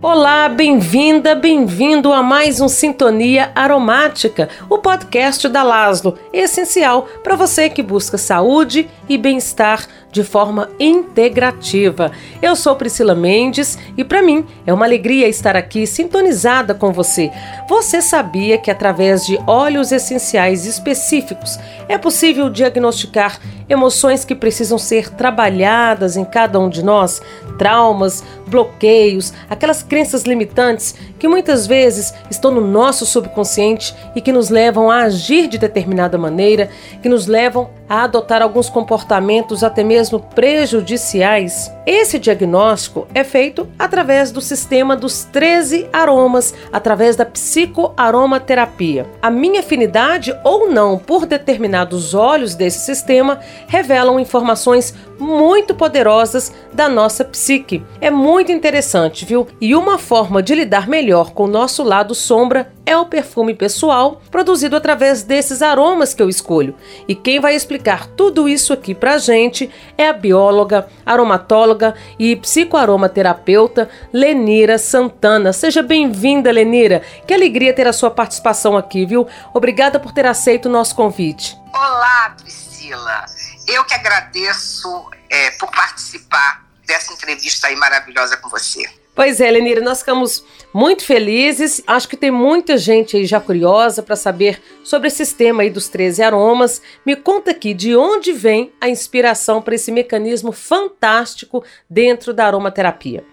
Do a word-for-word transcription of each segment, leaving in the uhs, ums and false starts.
Olá, bem-vinda, bem-vindo a mais um Sintonia Aromática, o podcast da Laszlo, essencial para você que busca saúde e bem-estar de forma integrativa. Eu sou Priscila Mendes e para mim é uma alegria estar aqui sintonizada com você. Você sabia que através de óleos essenciais específicos é possível diagnosticar emoções que precisam ser trabalhadas em cada um de nós? Traumas, bloqueios, aquelas crenças limitantes que muitas vezes estão no nosso subconsciente e que nos levam a agir de determinada maneira, que nos levam a adotar alguns comportamentos até mesmo prejudiciais. Esse diagnóstico é feito através do sistema dos treze aromas, através da psicoaromaterapia. A minha afinidade ou não por determinados óleos desse sistema revelam informações muito poderosas da nossa psique. É muito interessante, viu? E uma forma de lidar melhor com o nosso lado sombra é o perfume pessoal, produzido através desses aromas que eu escolho. E quem vai explicar tudo isso aqui pra gente é a bióloga, aromatóloga e psicoaromaterapeuta Lenira Santana. Seja bem-vinda, Lenira. Que alegria ter a sua participação aqui, viu? Obrigada por ter aceito o nosso convite. Olá, Priscila. Eu que agradeço é, por participar dessa entrevista aí maravilhosa com você. Pois é, Lenira, nós ficamos muito felizes. Acho que tem muita gente aí já curiosa para saber sobre esse sistema aí dos treze aromas. Me conta aqui de onde vem a inspiração para esse mecanismo fantástico dentro da aromaterapia.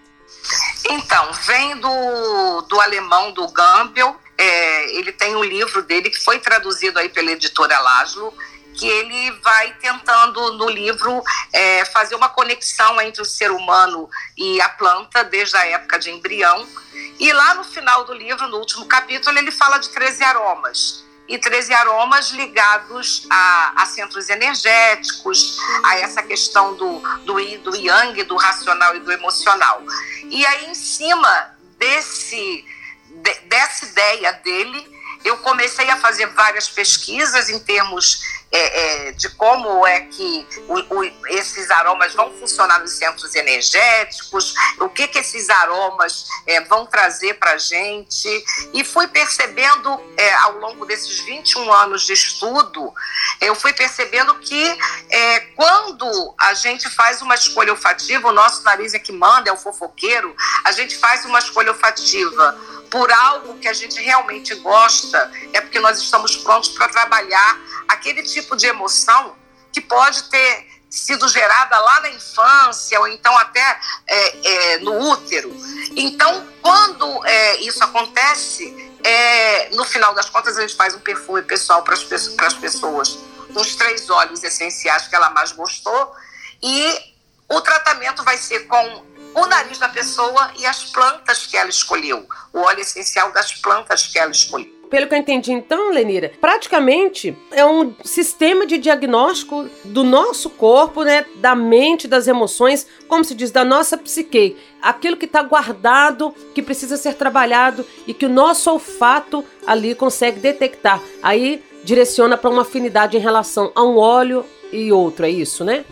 Então, vem do, do alemão, do Gampel. É, ele tem um livro dele que foi traduzido aí pela editora Laszlo, que ele vai tentando no livro é, fazer uma conexão entre o ser humano e a planta desde a época de embrião. E lá no final do livro, no último capítulo, ele fala de treze aromas. E treze aromas ligados a, a centros energéticos, a essa questão do, do, do yang, do racional e do emocional. E aí, em cima desse, de, dessa ideia dele, eu comecei a fazer várias pesquisas em termos é, é, de como é que o, o, esses aromas vão funcionar nos centros energéticos, o que, que esses aromas é, vão trazer para a gente. E fui percebendo, é, ao longo desses vinte e um anos de estudo, eu fui percebendo que é, quando a gente faz uma escolha olfativa, o nosso nariz é que manda, é o fofoqueiro, a gente faz uma escolha olfativa por algo que a gente realmente gosta, é porque nós estamos prontos para trabalhar aquele tipo de emoção que pode ter sido gerada lá na infância ou então até é, é, no útero. Então, quando é, isso acontece, é, no final das contas a gente faz um perfume pessoal para as pessoas, os três óleos essenciais que ela mais gostou, e o tratamento vai ser com o nariz da pessoa e as plantas que ela escolheu, o óleo essencial das plantas que ela escolheu. Pelo que eu entendi então, Lenira, praticamente é um sistema de diagnóstico do nosso corpo, né, da mente, das emoções, como se diz, da nossa psique. Aquilo que está guardado, que precisa ser trabalhado e que o nosso olfato ali consegue detectar. Aí direciona para uma afinidade em relação a um óleo e outro, é isso, né?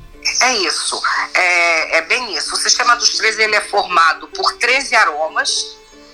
É isso, é, é bem isso. O sistema dos treze ele é formado por treze aromas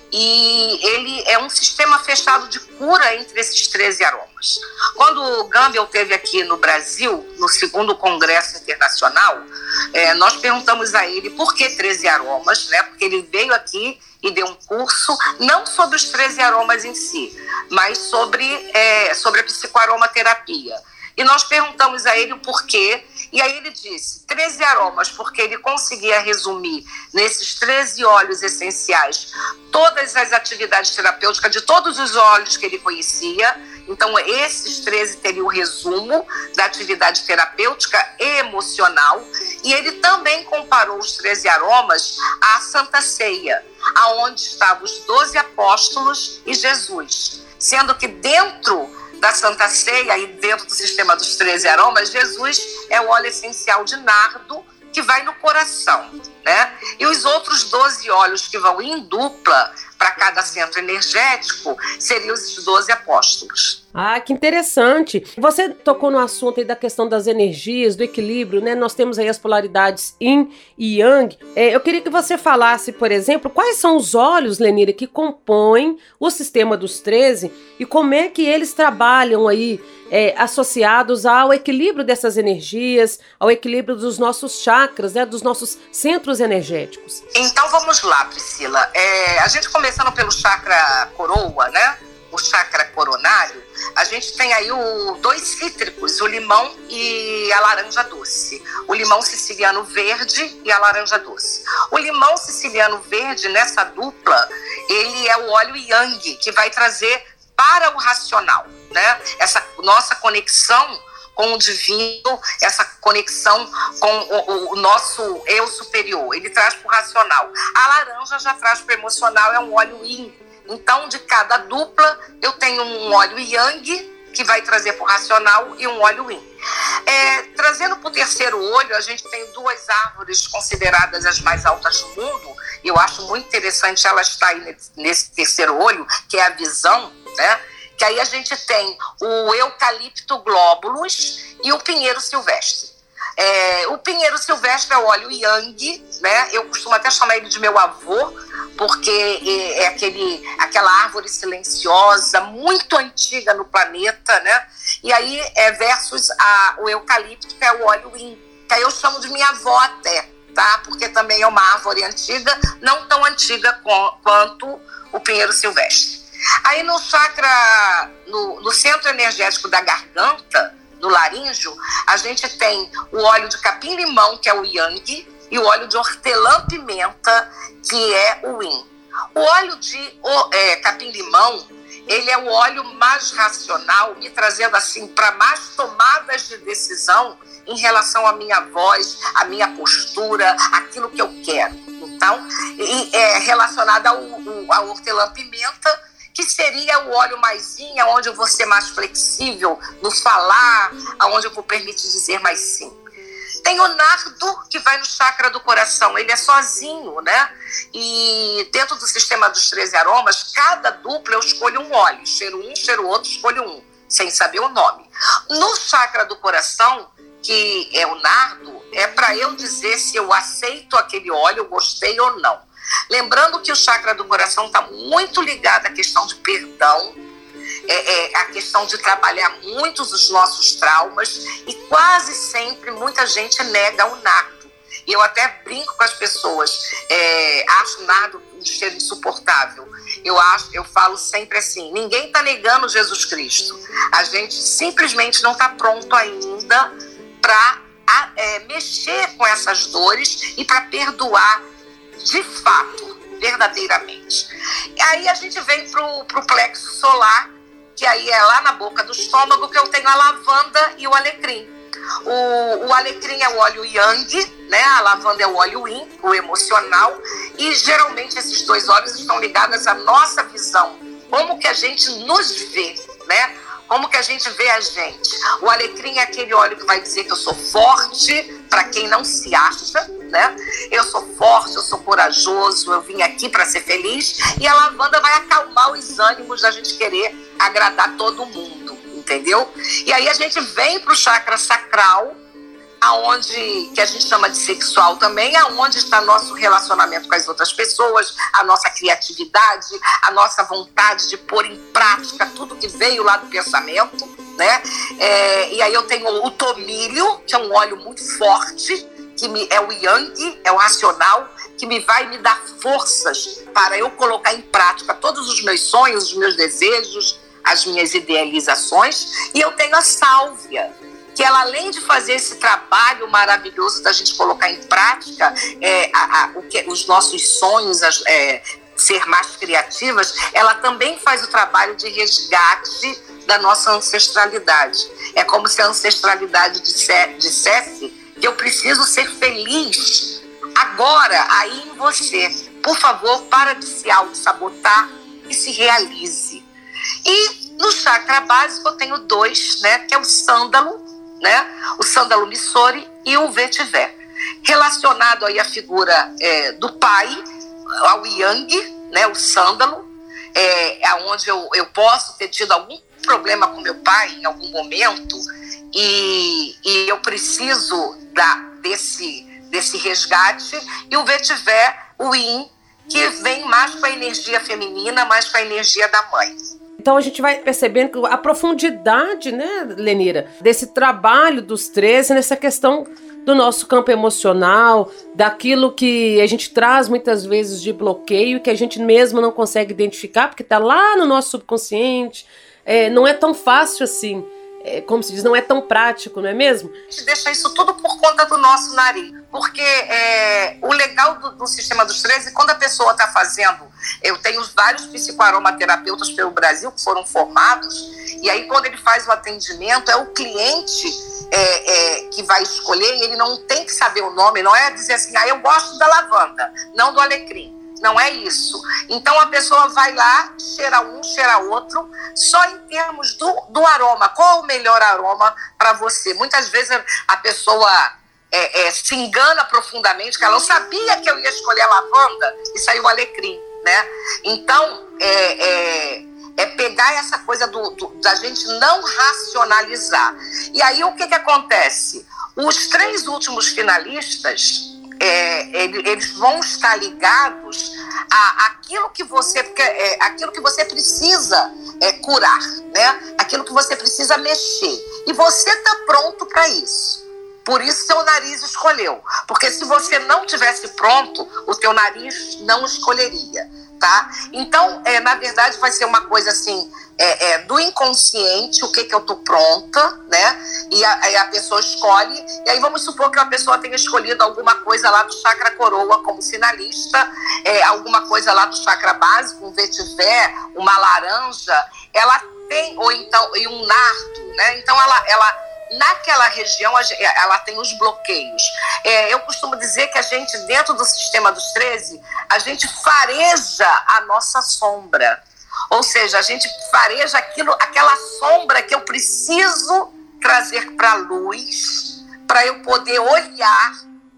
e ele é um sistema fechado de cura entre esses treze aromas. Quando o Gampel esteve aqui no Brasil, no segundo Congresso Internacional, é, nós perguntamos a ele por que treze aromas, né? Porque ele veio aqui e deu um curso, não sobre os treze aromas em si, mas sobre, é, sobre a psicoaromaterapia. E nós perguntamos a ele o porquê, e aí ele disse treze aromas, porque ele conseguia resumir nesses treze óleos essenciais todas as atividades terapêuticas de todos os óleos que ele conhecia. Então esses treze teriam o resumo da atividade terapêutica e emocional, e ele também comparou os treze aromas à Santa Ceia, aonde estavam os doze apóstolos e Jesus, sendo que dentro da Santa Ceia e dentro do sistema dos treze aromas, Jesus é o óleo essencial de nardo que vai no coração, né? E os outros doze óleos que vão em dupla para cada centro energético, seriam os doze apóstolos. Ah, que interessante. Você tocou no assunto aí da questão das energias, do equilíbrio, né? Nós temos aí as polaridades Yin e Yang. É, eu queria que você falasse, por exemplo, quais são os óleos, Lenira, que compõem o sistema dos treze e como é que eles trabalham aí é, associados ao equilíbrio dessas energias, ao equilíbrio dos nossos chakras, né? Dos nossos centros energéticos. Então vamos lá, Priscila. É, a gente começando pelo chakra coroa, né? O chakra coronário, a gente tem aí o, dois cítricos, o limão e a laranja doce. O limão siciliano verde e a laranja doce. O limão siciliano verde, nessa dupla, ele é o óleo yang, que vai trazer para o racional, né? Essa nossa conexão com o divino, essa conexão com o, o nosso eu superior. Ele traz para o racional. A laranja já traz para o emocional, é um óleo yin. Então, de cada dupla, eu tenho um óleo yang, que vai trazer para o racional, e um óleo yin. É, trazendo para o terceiro olho, a gente tem duas árvores consideradas as mais altas do mundo, e eu acho muito interessante ela estar aí nesse terceiro olho, que é a visão, né? Que aí a gente tem o eucalipto glóbulos e o pinheiro silvestre. É, o pinheiro silvestre é o óleo yang, né? Eu costumo até chamar ele de meu avô, porque é aquele, aquela árvore silenciosa, muito antiga no planeta, né? E aí, é versus a, o eucalipto, que é o óleo yin, que aí eu chamo de minha avó até, tá? Porque também é uma árvore antiga, não tão antiga com, quanto o pinheiro silvestre. Aí no chakra, no, no centro energético da garganta, no laríngeo, a gente tem o óleo de capim-limão, que é o yang, e o óleo de hortelã-pimenta, que é o yin. O óleo de é, capim-limão, ele é o óleo mais racional, me trazendo assim para mais tomadas de decisão em relação à minha voz, à minha postura, aquilo que eu quero. Então, e, é relacionado ao, ao hortelã-pimenta, que seria o óleo mais yin, onde eu vou ser mais flexível no falar, onde eu vou permitir dizer mais sim. Tem o nardo, que vai no chakra do coração, ele é sozinho, né? E dentro do sistema dos treze aromas, cada dupla eu escolho um óleo, cheiro um, cheiro outro, escolho um, sem saber o nome. No chakra do coração, que é o nardo, é para eu dizer se eu aceito aquele óleo, eu gostei ou não. Lembrando que o chakra do coração está muito ligado à questão de perdão, é, é, a questão de trabalhar muitos dos nossos traumas, e quase sempre muita gente nega o nardo. E eu até brinco com as pessoas, é, acho o nardo um cheiro insuportável. Eu, acho, eu falo sempre assim, ninguém está negando Jesus Cristo. A gente simplesmente não está pronto ainda para é, mexer com essas dores e para perdoar de fato, verdadeiramente. E aí a gente vem pro, pro plexo solar, que aí é lá na boca do estômago, que eu tenho a lavanda e o alecrim. O, o alecrim é o óleo yang, né? A lavanda é o óleo yin, o emocional, e geralmente esses dois óleos estão ligados à nossa visão, como que a gente nos vê, né? Como que a gente vê a gente. O alecrim é aquele óleo que vai dizer que eu sou forte, para quem não se acha, né? Eu sou forte, eu sou corajoso, eu vim aqui para ser feliz. E a lavanda vai acalmar os ânimos da gente querer agradar todo mundo, entendeu? E aí a gente vem para o chakra sacral, aonde, que a gente chama de sexual também, aonde está nosso relacionamento com as outras pessoas, a nossa criatividade, a nossa vontade de pôr em prática tudo que veio lá do pensamento, né? É, e aí eu tenho o tomilho, que é um óleo muito forte, que me, é o yang, é o racional, que me vai me dar forças para eu colocar em prática todos os meus sonhos, os meus desejos, as minhas idealizações. E eu tenho a sálvia, que ela, além de fazer esse trabalho maravilhoso da gente colocar em prática é, a, a, o que, os nossos sonhos, as, é, ser mais criativas, ela também faz o trabalho de resgate da nossa ancestralidade. É como se a ancestralidade dissesse que eu preciso ser feliz agora, aí em você. Por favor, para de se auto-sabotar e se realize. E no chakra básico eu tenho dois, né, que é o sândalo, né, o sândalo missori e o vetiver. Relacionado aí à figura é, do pai, ao yang, né, o sândalo, é, é onde eu, eu posso ter tido algum problema com meu pai em algum momento e, e eu preciso da, desse, desse resgate, e o vetiver, o yin, que vem mais com a energia feminina, mais com a energia da mãe. Então a gente vai percebendo a profundidade, né, Lenira, desse trabalho dos treze nessa questão do nosso campo emocional, daquilo que a gente traz muitas vezes de bloqueio, que a gente mesmo não consegue identificar, porque está lá no nosso subconsciente. É, não é tão fácil assim, é, como se diz, não é tão prático, não é mesmo? A gente deixa isso tudo por conta do nosso nariz, porque é, o legal do, do Sistema dos treze, quando a pessoa está fazendo, eu tenho vários psicoaromaterapeutas pelo Brasil que foram formados, e aí quando ele faz o atendimento, é o cliente é, é, que vai escolher, e ele não tem que saber o nome, não é dizer assim, ah, eu gosto da lavanda, não do alecrim. Não é isso. Então a pessoa vai lá, cheira um, cheira outro, só em termos do, do aroma. Qual o melhor aroma para você? Muitas vezes a pessoa é, é, se engana profundamente, que ela não sabia que eu ia escolher a lavanda e saiu o alecrim, né? Então, é, é, é pegar essa coisa do, do, da gente não racionalizar. E aí o que, que acontece? Os três últimos finalistas... É, eles vão estar ligados a aquilo que você, é, aquilo que você precisa é, curar, né? Aquilo que você precisa mexer. E você está pronto para isso. Por isso seu nariz escolheu. Porque se você não tivesse pronto, o teu nariz não escolheria. Tá? Então, é, na verdade, vai ser uma coisa assim, é, é, do inconsciente, o que que eu tô pronta, né? E a, a pessoa escolhe, e aí vamos supor que a pessoa tenha escolhido alguma coisa lá do chakra coroa como sinalista, é, alguma coisa lá do chakra básico, um vetiver, uma laranja, ela tem, ou então, e um nardo, né? Então, ela... ela naquela região, ela tem os bloqueios. É, eu costumo dizer que a gente, dentro do Sistema dos treze, a gente fareja a nossa sombra. Ou seja, a gente fareja aquilo, aquela sombra que eu preciso trazer para a luz, para eu poder olhar,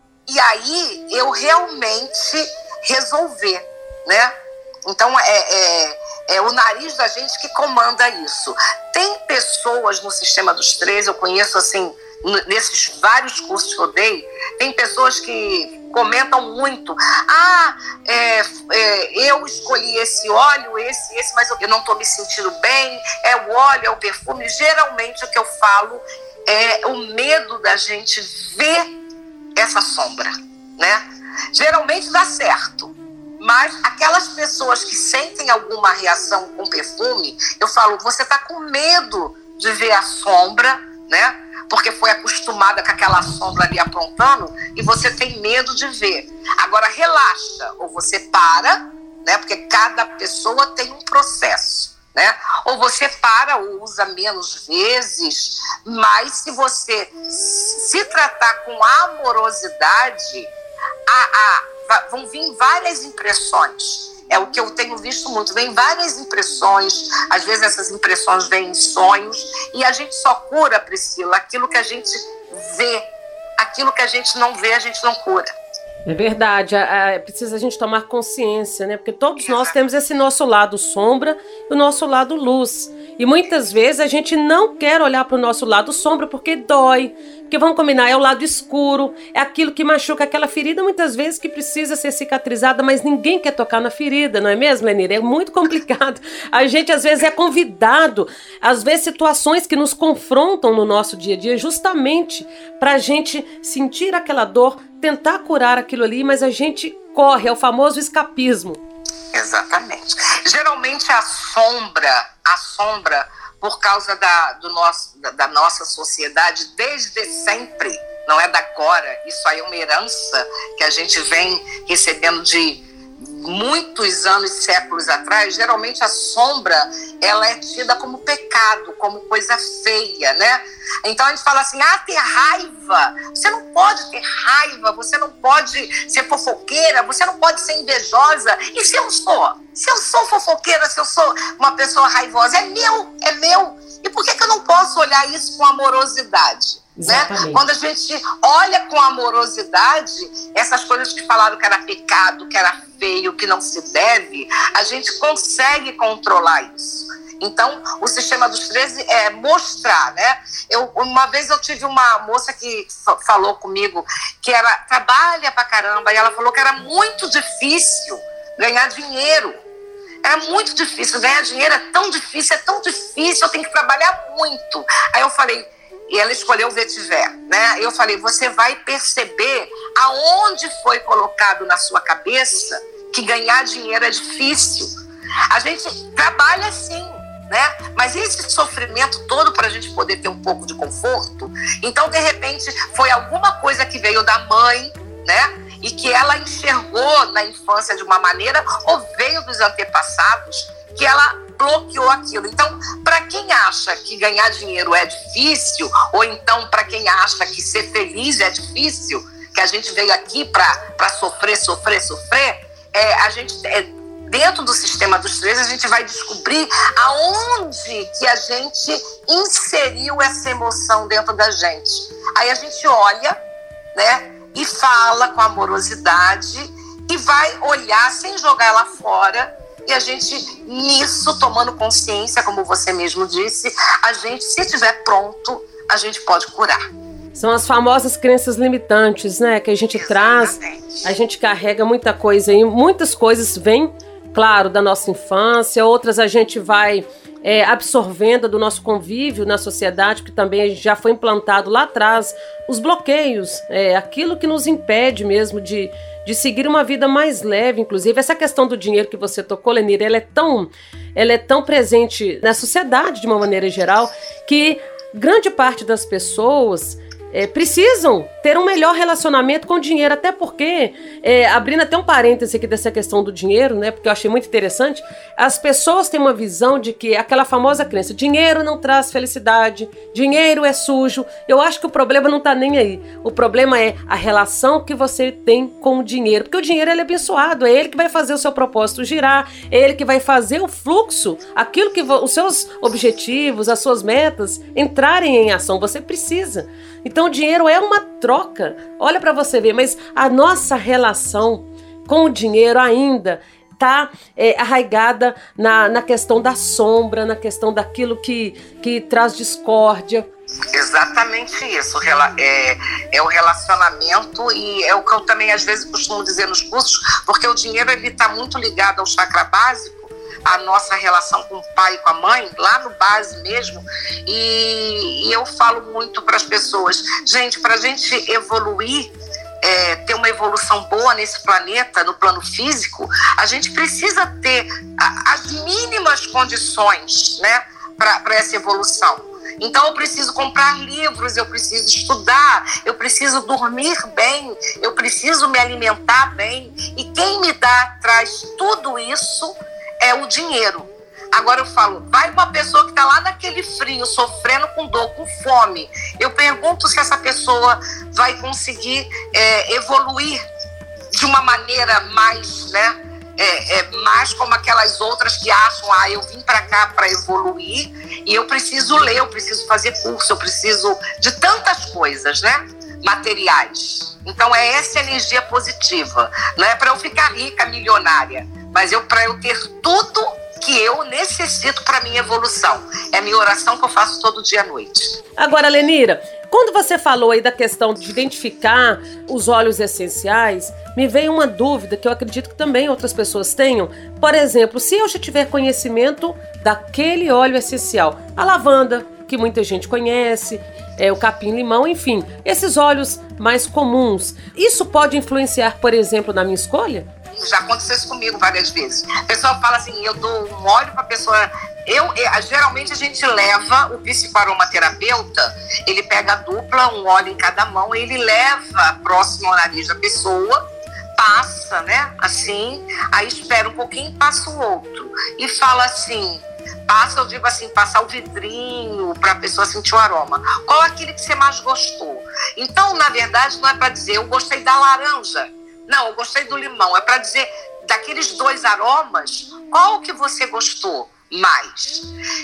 e aí eu realmente resolver, né? Então, é... é É o nariz da gente que comanda isso. Tem pessoas no Sistema dos treze, eu conheço assim, nesses vários cursos que eu dei, tem pessoas que comentam muito. Ah, é, é, eu escolhi esse óleo, esse, esse, mas eu não estou me sentindo bem. É o óleo, é o perfume. Geralmente o que eu falo é o medo da gente ver essa sombra, né? Geralmente dá certo. Mas aquelas pessoas que sentem alguma reação com perfume, eu falo, você está com medo de ver a sombra, né? Porque foi acostumada com aquela sombra ali apontando e você tem medo de ver. Agora relaxa, ou você para, né? Porque cada pessoa tem um processo, né? Ou você para ou usa menos vezes, mas se você se tratar com amorosidade, a... a vão vir várias impressões. É o que eu tenho visto muito. Vem várias impressões. Às vezes essas impressões vêm em sonhos. E a gente só cura, Priscila, aquilo que a gente vê. Aquilo que a gente não vê, a gente não cura. É verdade. É, é, precisa a gente tomar consciência, né? Porque todos nós temos esse nosso lado sombra e o nosso lado luz. E muitas vezes a gente não quer olhar para o nosso lado sombra porque dói. Porque vamos combinar, é o lado escuro, é aquilo que machuca, aquela ferida muitas vezes que precisa ser cicatrizada, mas ninguém quer tocar na ferida, não é mesmo, Lenira? É muito complicado. A gente às vezes é convidado, às vezes situações que nos confrontam no nosso dia a dia, justamente para a gente sentir aquela dor, tentar curar aquilo ali, mas a gente corre, é o famoso escapismo. Exatamente. Geralmente a sombra, a sombra... por causa da, do nosso, da, da nossa sociedade, desde sempre, não é da agora, isso aí é uma herança que a gente vem recebendo de muitos anos, séculos atrás. Geralmente a sombra, ela é tida como pecado, como coisa feia, né? Então a gente fala assim, ah, ter raiva, você não pode ter raiva, você não pode ser fofoqueira, você não pode ser invejosa. E se eu sou? Se eu sou fofoqueira, se eu sou uma pessoa raivosa, é meu, é meu. E por que que eu não posso olhar isso com amorosidade? Né? Quando a gente olha com amorosidade essas coisas que falaram que era pecado, que era feio, que não se deve, a gente consegue controlar isso. Então, o sistema dos treze é mostrar, né? Eu, uma vez eu tive uma moça que f- falou comigo que ela trabalha pra caramba, e ela falou que era muito difícil ganhar dinheiro. Era muito difícil, ganhar dinheiro é tão difícil, é tão difícil, eu tenho que trabalhar muito. Aí eu falei, e ela escolheu o Vetiver, né? Eu falei, você vai perceber aonde foi colocado na sua cabeça que ganhar dinheiro é difícil. A gente trabalha sim, né? Mas esse sofrimento todo para a gente poder ter um pouco de conforto, então de repente foi alguma coisa que veio da mãe, né? E que ela enxergou na infância de uma maneira, ou veio dos antepassados, que ela bloqueou aquilo. Então, para quem acha que ganhar dinheiro é difícil, ou então para quem acha que ser feliz é difícil, que a gente veio aqui para sofrer, sofrer, sofrer, é, a gente, é, dentro do sistema dos treze, a gente vai descobrir aonde que a gente inseriu essa emoção dentro da gente. Aí a gente olha, né, e fala com amorosidade e vai olhar sem jogar ela fora. E a gente, nisso, tomando consciência, como você mesmo disse, a gente, se estiver pronto, a gente pode curar. São as famosas crenças limitantes, né? Que a gente Exatamente. traz, a gente carrega muita coisa aí. Muitas coisas vêm, claro, da nossa infância, outras a gente vai é, absorvendo do nosso convívio na sociedade, que também já foi implantado lá atrás, os bloqueios, é, aquilo que nos impede mesmo de, de seguir uma vida mais leve. Inclusive, essa questão do dinheiro que você tocou, Lenira, ela é tão, ela é tão presente na sociedade de uma maneira geral, que grande parte das pessoas É, precisam ter um melhor relacionamento com o dinheiro, até porque, é, abrindo até um parêntese aqui dessa questão do dinheiro, né, porque eu achei muito interessante, as pessoas têm uma visão de que aquela famosa crença, dinheiro não traz felicidade, dinheiro é sujo. Eu acho que o problema não está nem aí, o problema é a relação que você tem com o dinheiro, porque o dinheiro ele é abençoado, é ele que vai fazer o seu propósito girar, é ele que vai fazer o fluxo, aquilo que vo- os seus objetivos, as suas metas entrarem em ação. Você precisa. Então o dinheiro é uma troca, olha para você ver, mas a nossa relação com o dinheiro ainda está é, arraigada na, na questão da sombra, na questão daquilo que, que traz discórdia. Exatamente isso, é, é o relacionamento, e é o que eu também às vezes costumo dizer nos cursos, porque o dinheiro está muito ligado ao chakra básico, a nossa relação com o pai e com a mãe, lá no base mesmo, e, e eu falo muito para as pessoas, gente, para a gente evoluir, é, ter uma evolução boa nesse planeta, no plano físico, a gente precisa ter a, as mínimas condições, né, para essa evolução. Então eu preciso comprar livros, eu preciso estudar, eu preciso dormir bem, eu preciso me alimentar bem, e quem me dá, traz tudo isso é o dinheiro. Agora eu falo, vai uma pessoa que está lá naquele frio, sofrendo com dor, com fome. Eu pergunto se essa pessoa vai conseguir é, evoluir de uma maneira mais, né, é, é, mais como aquelas outras que acham, ah, eu vim para cá para evoluir e eu preciso ler, eu preciso fazer curso, eu preciso de tantas coisas, né, materiais. Então é essa energia positiva. Não é para eu ficar rica, milionária, mas eu, para eu ter tudo que eu necessito para minha evolução. É a minha oração que eu faço todo dia à noite. Agora, Lenira, quando você falou aí da questão de identificar os óleos essenciais, me veio uma dúvida que eu acredito que também outras pessoas tenham. Por exemplo, se eu já tiver conhecimento daquele óleo essencial, a lavanda, que muita gente conhece, é, o capim-limão, enfim, esses óleos mais comuns, isso pode influenciar, por exemplo, na minha escolha? Já aconteceu isso comigo várias vezes. A pessoa fala assim, eu dou um óleo para a pessoa... Eu, eu, geralmente a gente leva, o psicoaromaterapeuta, ele pega a dupla, um óleo em cada mão, ele leva próximo ao nariz da pessoa, passa, né, assim, aí espera um pouquinho e passa o outro. E fala assim, passa, eu digo assim, passar o vidrinho para a pessoa sentir o aroma. Qual é aquele que você mais gostou? Então, na verdade, não é para dizer, eu gostei da laranja. Não, eu gostei do limão. É para dizer, daqueles dois aromas, qual que você gostou? mais.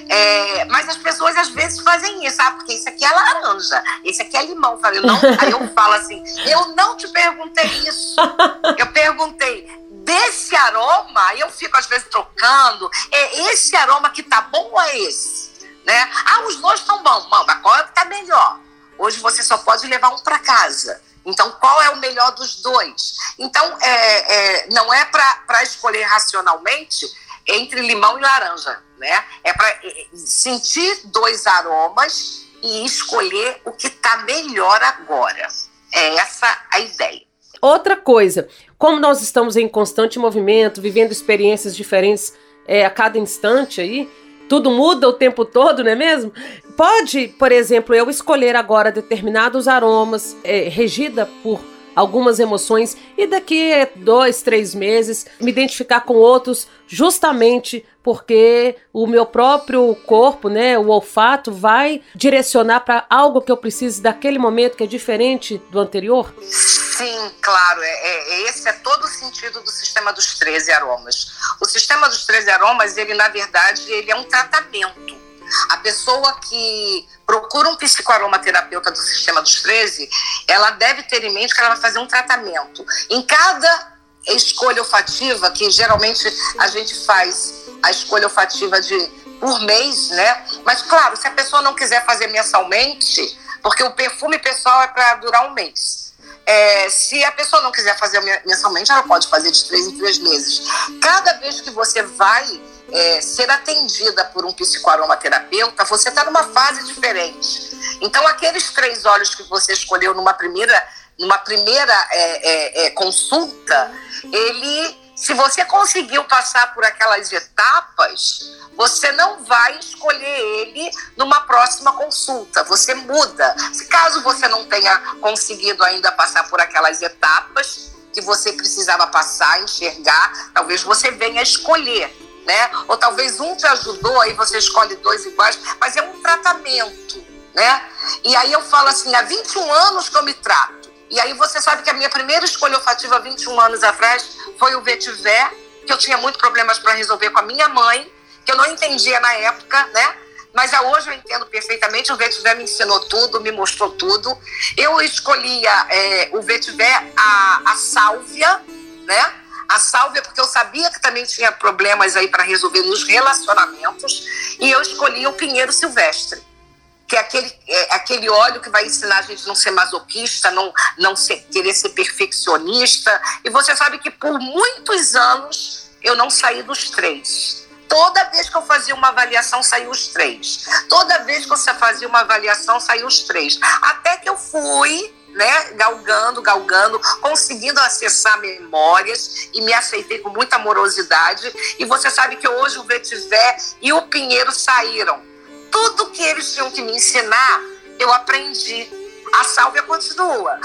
É, mas as pessoas às vezes fazem isso, sabe? Porque isso aqui é laranja, esse aqui é limão. Eu falei, não. Aí eu falo assim, eu não te perguntei isso. Eu perguntei desse aroma, eu fico às vezes trocando, é esse aroma que tá bom ou é esse? Né? Ah, os dois estão bons, mas qual é que tá melhor? Hoje você só pode levar um para casa. Então, qual é o melhor dos dois? Então, é, é, não é para escolher racionalmente entre limão e laranja, né? É para sentir dois aromas e escolher o que está melhor agora. É essa a ideia. Outra coisa, como nós estamos em constante movimento, vivendo experiências diferentes é, a cada instante aí, tudo muda o tempo todo, não é mesmo? Pode, por exemplo, eu escolher agora determinados aromas, é, regida por algumas emoções, e daqui a dois, três meses me identificar com outros, justamente porque o meu próprio corpo, né, o olfato, vai direcionar para algo que eu precise daquele momento que é diferente do anterior? Sim, claro. É, é, esse é todo o sentido do sistema dos treze aromas. O sistema dos treze aromas, ele, na verdade, ele é um tratamento. A pessoa que procura um psicoaromaterapeuta do sistema dos treze, ela deve ter em mente que ela vai fazer um tratamento. Em cada escolha olfativa, que geralmente a gente faz a escolha olfativa de, por mês, né? Mas, claro, se a pessoa não quiser fazer mensalmente, porque o perfume pessoal é para durar um mês. É, se a pessoa não quiser fazer mensalmente, ela pode fazer de três em três meses. Cada vez que você vai é, ser atendida por um psicoaromaterapeuta, você está numa fase diferente. Então, aqueles três óleos que você escolheu numa primeira, numa primeira é, é, é, consulta, ele, se você conseguiu passar por aquelas etapas, você não vai escolher ele numa próxima consulta, você muda. Se caso você não tenha conseguido ainda passar por aquelas etapas que você precisava passar, enxergar, talvez você venha escolher, né? Ou talvez um te ajudou, aí você escolhe dois iguais, mas é um tratamento, né? E aí eu falo assim, há vinte e um anos que eu me trato. E aí você sabe que a minha primeira escolha olfativa há vinte e um anos atrás foi o Vetiver, que eu tinha muitos problemas para resolver com a minha mãe, que eu não entendia na época, né? Mas hoje eu entendo perfeitamente. O Vetiver me ensinou tudo, me mostrou tudo. Eu escolhia é, o Vetiver, a, a sálvia, né? A sálvia, porque eu sabia que também tinha problemas aí para resolver nos relacionamentos. E eu escolhi o pinheiro silvestre, que é aquele, é aquele óleo que vai ensinar a gente a não ser masoquista, não, não ser, querer ser perfeccionista. E você sabe que por muitos anos eu não saí dos três. Toda vez que eu fazia uma avaliação, saiu os três. Toda vez que você fazia uma avaliação, saiu os três. Até que eu fui, né, galgando, galgando, conseguindo acessar memórias e me aceitei com muita amorosidade. E você sabe que hoje o Vetiver e o Pinheiro saíram. Tudo que eles tinham que me ensinar, eu aprendi. A sálvia continua,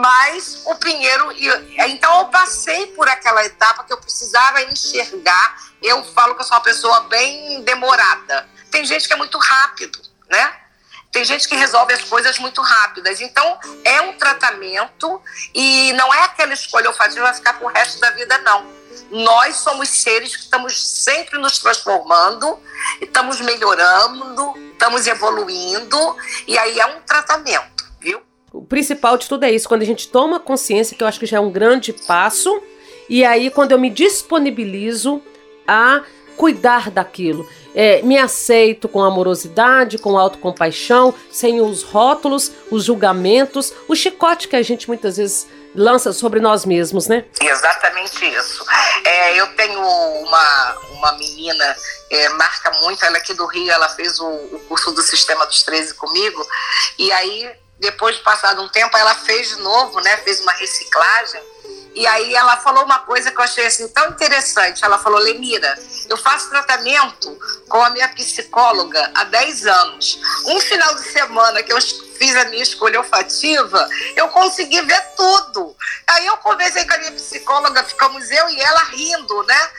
mas o Pinheiro... Então eu passei por aquela etapa que eu precisava enxergar. Eu falo que eu sou uma pessoa bem demorada. Tem gente que é muito rápido, né? Tem gente que resolve as coisas muito rápidas. Então é um tratamento e não é aquela escolha olfativa vai ficar pro resto da vida, não. Nós somos seres que estamos sempre nos transformando, estamos melhorando, estamos evoluindo, e aí é um tratamento, viu? O principal de tudo é isso, quando a gente toma consciência, que eu acho que já é um grande passo, e aí quando eu me disponibilizo a cuidar daquilo, é, me aceito com amorosidade, com autocompaixão, sem os rótulos, os julgamentos, o chicote que a gente muitas vezes lança sobre nós mesmos, né? Exatamente isso. É, eu tenho uma, uma menina, é, marca muito, ela é aqui do Rio, ela fez o, o curso do Sistema dos treze comigo, e aí, depois de passado um tempo, ela fez de novo, né? Fez uma reciclagem, e aí ela falou uma coisa que eu achei assim, tão interessante. Ela falou, Lemira, eu faço tratamento com a minha psicóloga há dez anos. Um final de semana que eu fiz a minha escolha olfativa, eu consegui ver tudo. Aí eu conversei com a minha psicóloga, ficamos eu e ela rindo, né?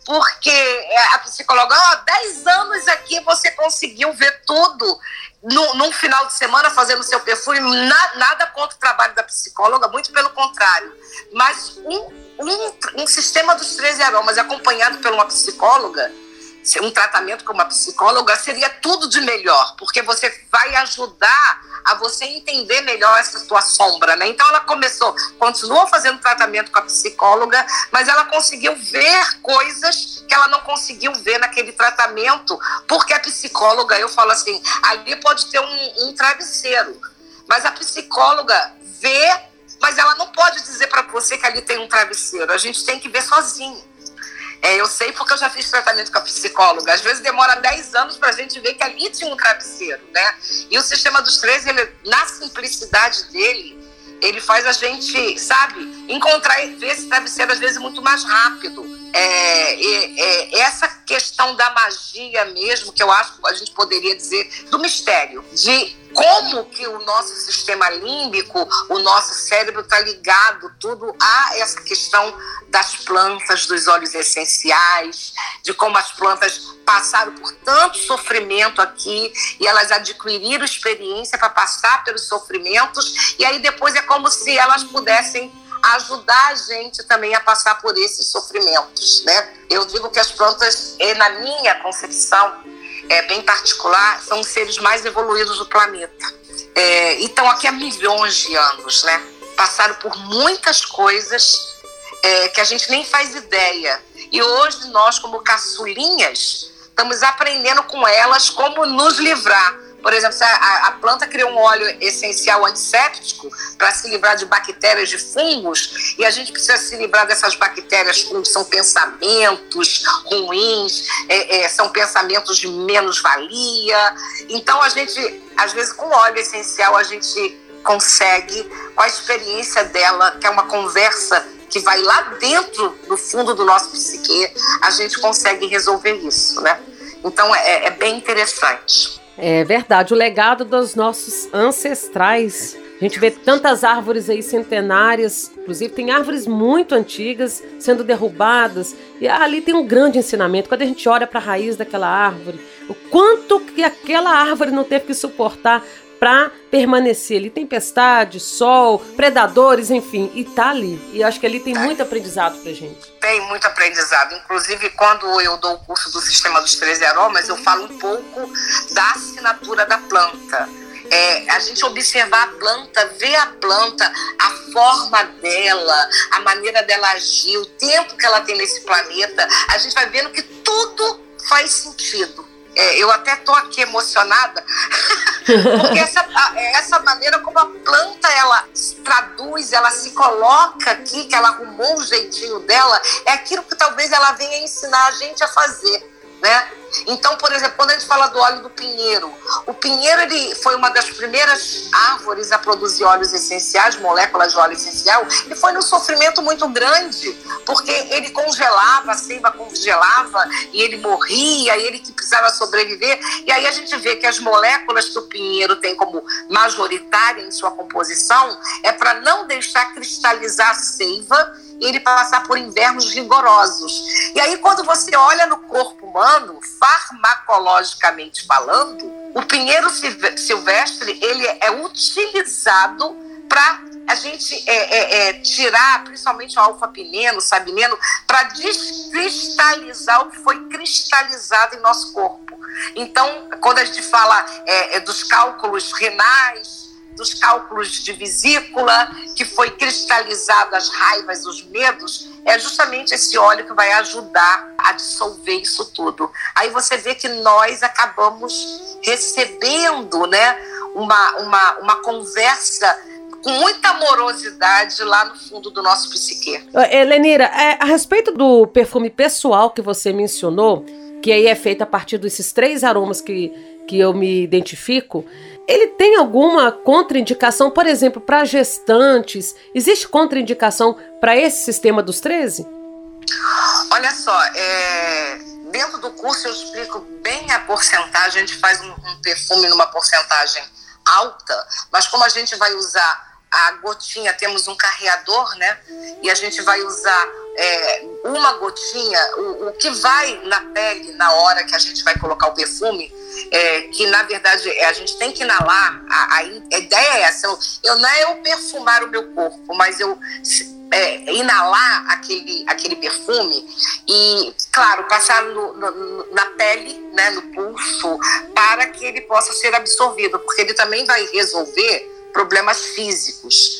Porque a psicóloga, ó, oh, dez anos aqui você conseguiu ver tudo no, num final de semana fazendo seu perfume. Na, nada contra o trabalho da psicóloga, muito pelo contrário. Mas um, um, um sistema dos treze aromas acompanhado por uma psicóloga um tratamento com uma psicóloga seria tudo de melhor, porque você vai ajudar a você entender melhor essa tua sombra, né? Então ela começou, continuou fazendo tratamento com a psicóloga, mas ela conseguiu ver coisas que ela não conseguiu ver naquele tratamento, porque a psicóloga, eu falo assim, ali pode ter um, um travesseiro, mas a psicóloga vê, mas ela não pode dizer para você que ali tem um travesseiro, a gente tem que ver sozinho. É, eu sei porque eu já fiz tratamento com a psicóloga. Às vezes demora dez anos para a gente ver que ali tinha um travesseiro, né? E o sistema dos treze, ele, na simplicidade dele, ele faz a gente, sabe, encontrar e ver esse travesseiro às vezes muito mais rápido. É, é, é essa questão da magia mesmo, que eu acho que a gente poderia dizer, do mistério, de como que o nosso sistema límbico, o nosso cérebro está ligado tudo a essa questão das plantas, dos óleos essenciais, de como as plantas passaram por tanto sofrimento aqui e elas adquiriram experiência para passar pelos sofrimentos, e aí depois é como se elas pudessem ajudar a gente também a passar por esses sofrimentos, né? Eu digo que as plantas, na minha concepção, é, bem particular, são os seres mais evoluídos do planeta. É, então, aqui há milhões de anos, né? Passaram por muitas coisas é, que a gente nem faz ideia. E hoje, nós, como caçulinhas, estamos aprendendo com elas como nos livrar. Por exemplo, a, a planta criou um óleo essencial antisséptico para se livrar de bactérias, de fungos, e a gente precisa se livrar dessas bactérias, fungos, são pensamentos ruins, é, é, são pensamentos de menos-valia. Então, a gente, às vezes, com óleo essencial, a gente consegue, com a experiência dela, que é uma conversa que vai lá dentro do fundo do nosso psique, a gente consegue resolver isso, né? Então, é, é bem interessante. É verdade, o legado dos nossos ancestrais. A gente vê tantas árvores aí centenárias, inclusive tem árvores muito antigas sendo derrubadas, e ali tem um grande ensinamento. Quando a gente olha para a raiz daquela árvore, o quanto que aquela árvore não teve que suportar para permanecer ali, tempestade, sol, predadores, enfim, e tá ali. E eu acho que ali tem muito aprendizado pra gente. Tem muito aprendizado. Inclusive, quando eu dou o curso do Sistema dos treze Aromas, eu falo um pouco da assinatura da planta. É, a gente observar a planta, ver a planta, a forma dela, a maneira dela agir, o tempo que ela tem nesse planeta, a gente vai vendo que tudo faz sentido. É, eu até estou aqui emocionada, porque essa, essa maneira como a planta ela se traduz, ela se coloca aqui, que ela arrumou o jeitinho dela, é aquilo que talvez ela venha ensinar a gente a fazer, né? Então, por exemplo, quando a gente fala do óleo do pinheiro, o pinheiro ele foi uma das primeiras árvores a produzir óleos essenciais, moléculas de óleo essencial, e foi num sofrimento muito grande, porque ele congelava, a seiva congelava, e ele morria, e ele que precisava sobreviver. E aí a gente vê que as moléculas que o pinheiro tem como majoritária em sua composição é para não deixar cristalizar a seiva e ele passar por invernos rigorosos. E aí, quando você olha no corpo humano, farmacologicamente falando, o pinheiro silvestre ele é utilizado para a gente é, é, é, tirar, principalmente o alfa-pineno, o sabineno, para descristalizar o que foi cristalizado em nosso corpo. Então, quando a gente fala é, é, dos cálculos renais, dos cálculos de vesícula, que foi cristalizado as raivas, os medos, é justamente esse óleo que vai ajudar a dissolver isso tudo. Aí você vê que nós acabamos recebendo, né, uma, uma, uma conversa com muita amorosidade lá no fundo do nosso psique. Helenira, é, a respeito do perfume pessoal que você mencionou, que aí é feito a partir desses três aromas que, que eu me identifico, ele tem alguma contraindicação, por exemplo, para gestantes? Existe contraindicação para esse sistema dos treze? Olha só, é, dentro do curso eu explico bem a porcentagem, a gente faz um, um perfume numa porcentagem alta, mas como a gente vai usar a gotinha, temos um carreador, né? E a gente vai usar é, uma gotinha, o, o que vai na pele na hora que a gente vai colocar o perfume, é, que na verdade a gente tem que inalar, a, a, a ideia é essa, eu, eu não é eu perfumar o meu corpo, mas eu é, inalar aquele, aquele perfume e, claro, passar no, no, na pele, né, no pulso, para que ele possa ser absorvido, porque ele também vai resolver problemas físicos.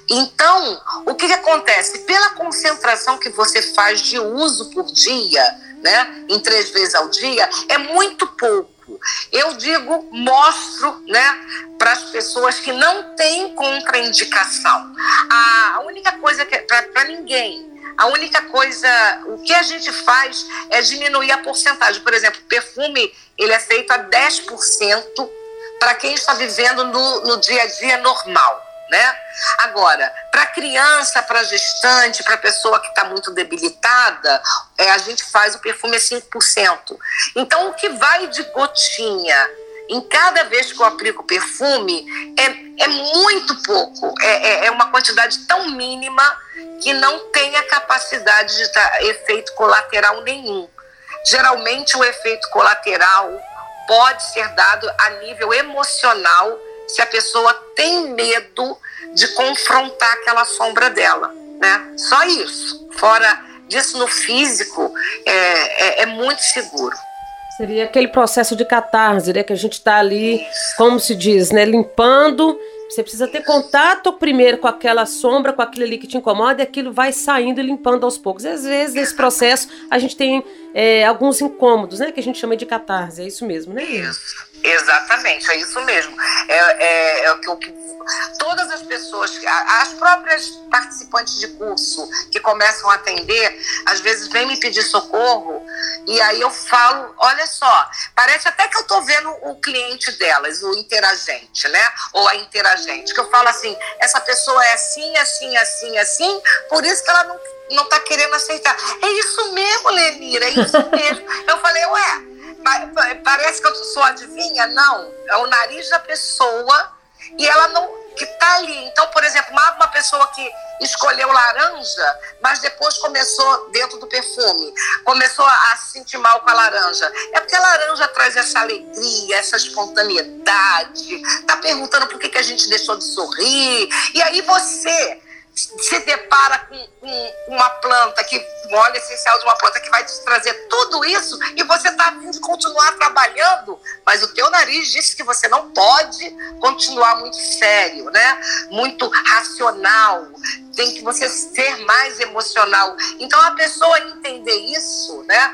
Então, o que, que acontece? Pela concentração que você faz de uso por dia, né, em três vezes ao dia, é muito pouco. Eu digo, mostro, né, para as pessoas que não têm contraindicação. A única coisa que para ninguém, a única coisa, o que a gente faz é diminuir a porcentagem. Por exemplo, o perfume, ele é feito a dez por cento para quem está vivendo no, no dia a dia normal, né? Agora, para criança, para gestante, para pessoa que está muito debilitada, é, a gente faz o perfume a cinco por cento. Então, o que vai de gotinha em cada vez que eu aplico o perfume é, é muito pouco. É, é, é uma quantidade tão mínima que não tem a capacidade de dar efeito colateral nenhum. Geralmente, o efeito colateral pode ser dado a nível emocional, se a pessoa tem medo de confrontar aquela sombra dela, né? Só isso. Fora disso, no físico, é, é, é muito seguro. Seria aquele processo de catarse, né? Que a gente está ali, isso, como se diz, né? Limpando. Você precisa ter contato primeiro com aquela sombra, com aquilo ali que te incomoda, e aquilo vai saindo e limpando aos poucos. Às vezes, nesse processo, a gente tem é, alguns incômodos, né? Que a gente chama de catarse. É isso mesmo, né? Isso, exatamente, é isso mesmo. É, é, é o que eu... Todas as pessoas, as próprias participantes de curso que começam a atender, às vezes vêm me pedir socorro, e aí eu falo, olha só, parece até que eu estou vendo o cliente delas, o interagente, né? Ou a interagente, que eu falo assim, essa pessoa é assim, assim, assim, assim, por isso que ela não, não tá querendo aceitar. É isso mesmo, Lenira, é isso mesmo. Eu falei, ué, parece que eu sou adivinha? Não, é o nariz da pessoa e ela não, que tá ali. Então, por exemplo, uma, uma pessoa que escolheu laranja, mas depois começou, dentro do perfume, começou a se sentir mal com a laranja. É porque a laranja traz essa alegria, essa espontaneidade, tá perguntando por que, que a gente deixou de sorrir, e aí você se depara com, com uma planta, que, um óleo essencial de uma planta que vai te trazer tudo isso, e você está a fim de continuar trabalhando, mas o teu nariz disse que você não pode continuar muito sério, né? Muito racional, tem que você ser mais emocional. Então a pessoa entender isso, né?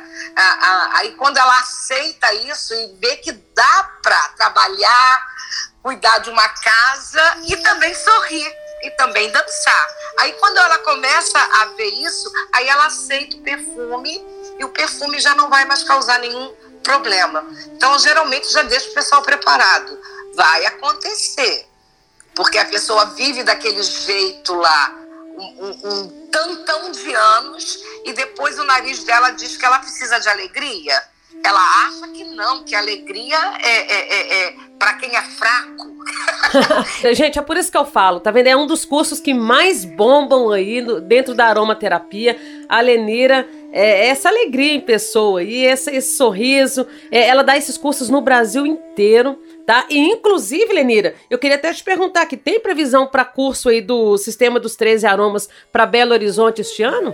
Aí quando ela aceita isso e vê que dá para trabalhar, cuidar de uma casa e também sorrir, e também dançar. Aí quando ela começa a ver isso, aí ela aceita o perfume, e o perfume já não vai mais causar nenhum problema. Então, geralmente, já deixa o pessoal preparado. Vai acontecer, porque a pessoa vive daquele jeito lá um, um, um tantão de anos, e depois o nariz dela diz que ela precisa de alegria. Ela acha que não, que a alegria é, é, é, é para quem é fraco. Gente, é por isso que eu falo, tá vendo? É um dos cursos que mais bombam aí no, dentro da aromaterapia. A Lenira, é essa alegria em pessoa e esse, esse sorriso. É, ela dá esses cursos no Brasil inteiro, tá? E inclusive, Lenira, eu queria até te perguntar que tem previsão para curso aí do Sistema dos treze Aromas para Belo Horizonte este ano?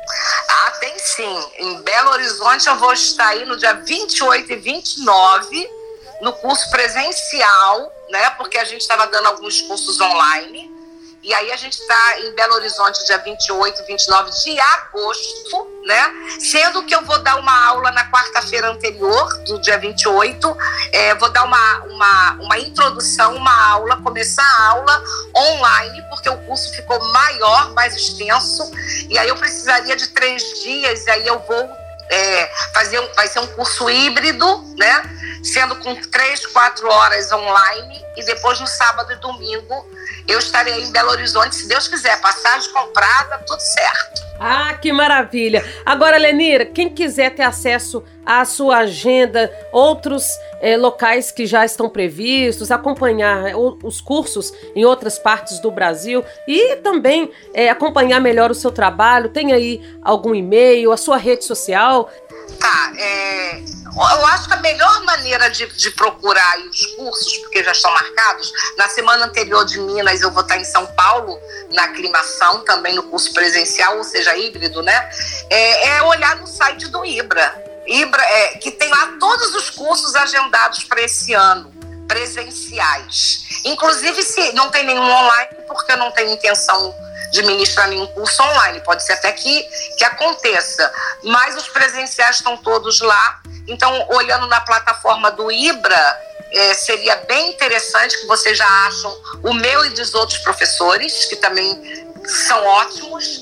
Ah, tem sim. Em Belo Horizonte eu vou estar aí no dia vinte e oito e vinte e nove, no curso presencial, né? Porque a gente estava dando alguns cursos online. E aí a gente está em Belo Horizonte dia vinte e oito e vinte e nove de agosto, né? Sendo que eu vou dar uma aula na quarta-feira anterior, do dia vinte e oito. É, vou dar uma, uma, uma introdução, uma aula, começar a aula online, porque o curso ficou maior, mais extenso. E aí eu precisaria de três dias, e aí eu vou é, fazer, vai ser um curso híbrido, né? Sendo com três, quatro horas online, e depois no sábado e domingo eu estarei em Belo Horizonte, se Deus quiser, passagem comprada, tudo certo. Ah, que maravilha! Agora, Lenira, quem quiser ter acesso à sua agenda, outros é, locais que já estão previstos, acompanhar os cursos em outras partes do Brasil e também é, acompanhar melhor o seu trabalho, tem aí algum e-mail, a sua rede social? Tá, é, eu acho que a melhor maneira de, de procurar aí os cursos, porque já estão marcados, na semana anterior de Minas eu vou estar em São Paulo, na aclimação, também no curso presencial, ou seja, híbrido, né? É, é olhar no site do IBRA, IBRA é, que tem lá todos os cursos agendados para esse ano, presenciais. Inclusive, se não tem nenhum online, porque eu não tenho intenção de ministrar nenhum curso online, pode ser até que, que aconteça, mas os presenciais estão todos lá. Então, olhando na plataforma do IBRA, é, seria bem interessante, que vocês já acham o meu e dos outros professores, que também são ótimos.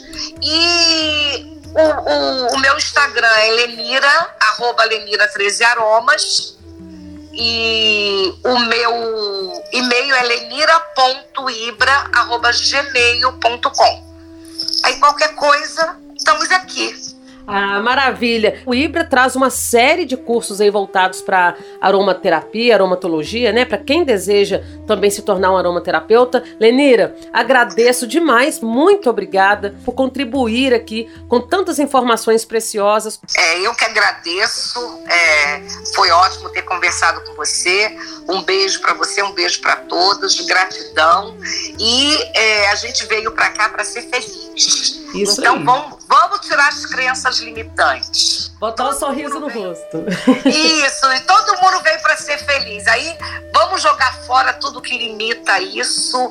E o, o, o meu Instagram é Lenira, arroba Lenira treze aromas, e o meu e-mail é lenira ponto ibra arroba gmail ponto com. Aí qualquer coisa, estamos aqui. Ah, maravilha! O IBRA traz uma série de cursos aí voltados para aromaterapia, aromatologia, né? Para quem deseja também se tornar um aromaterapeuta. Lenira, agradeço demais, muito obrigada por contribuir aqui com tantas informações preciosas. É, eu que agradeço, é, foi ótimo ter conversado com você. Um beijo para você, um beijo para todos, gratidão. E é, a gente veio para cá para ser feliz. Isso então aí. Vamos, vamos tirar as crenças limitantes. Botar um sorriso no rosto. Isso, e todo mundo veio para ser feliz. Aí vamos jogar fora tudo que limita isso,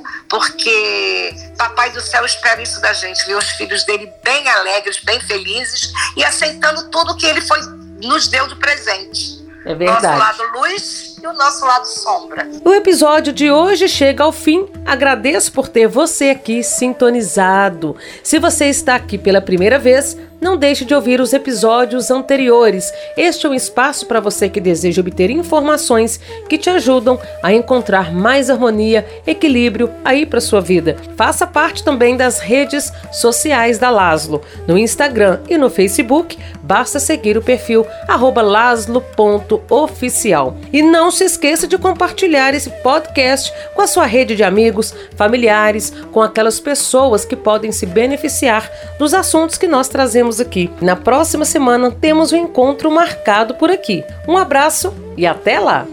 porque Papai do Céu espera isso da gente, ver os filhos dele bem alegres, bem felizes e aceitando tudo que ele foi, nos deu de presente. É verdade. Nosso lado luz e o nosso lado sombra. O episódio de hoje chega ao fim. Agradeço por ter você aqui sintonizado. Se você está aqui pela primeira vez, não deixe de ouvir os episódios anteriores. Este é um espaço para você que deseja obter informações que te ajudam a encontrar mais harmonia, equilíbrio aí para sua vida. Faça parte também das redes sociais da Laszlo. No Instagram e no Facebook, basta seguir o perfil arroba laszlo ponto oficial. E não se esqueça de compartilhar esse podcast com a sua rede de amigos, familiares, com aquelas pessoas que podem se beneficiar dos assuntos que nós trazemos aqui. Na próxima semana temos um encontro marcado por aqui. Um abraço e até lá!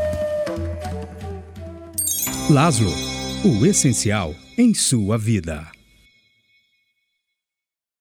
Laszlo, o essencial em sua vida.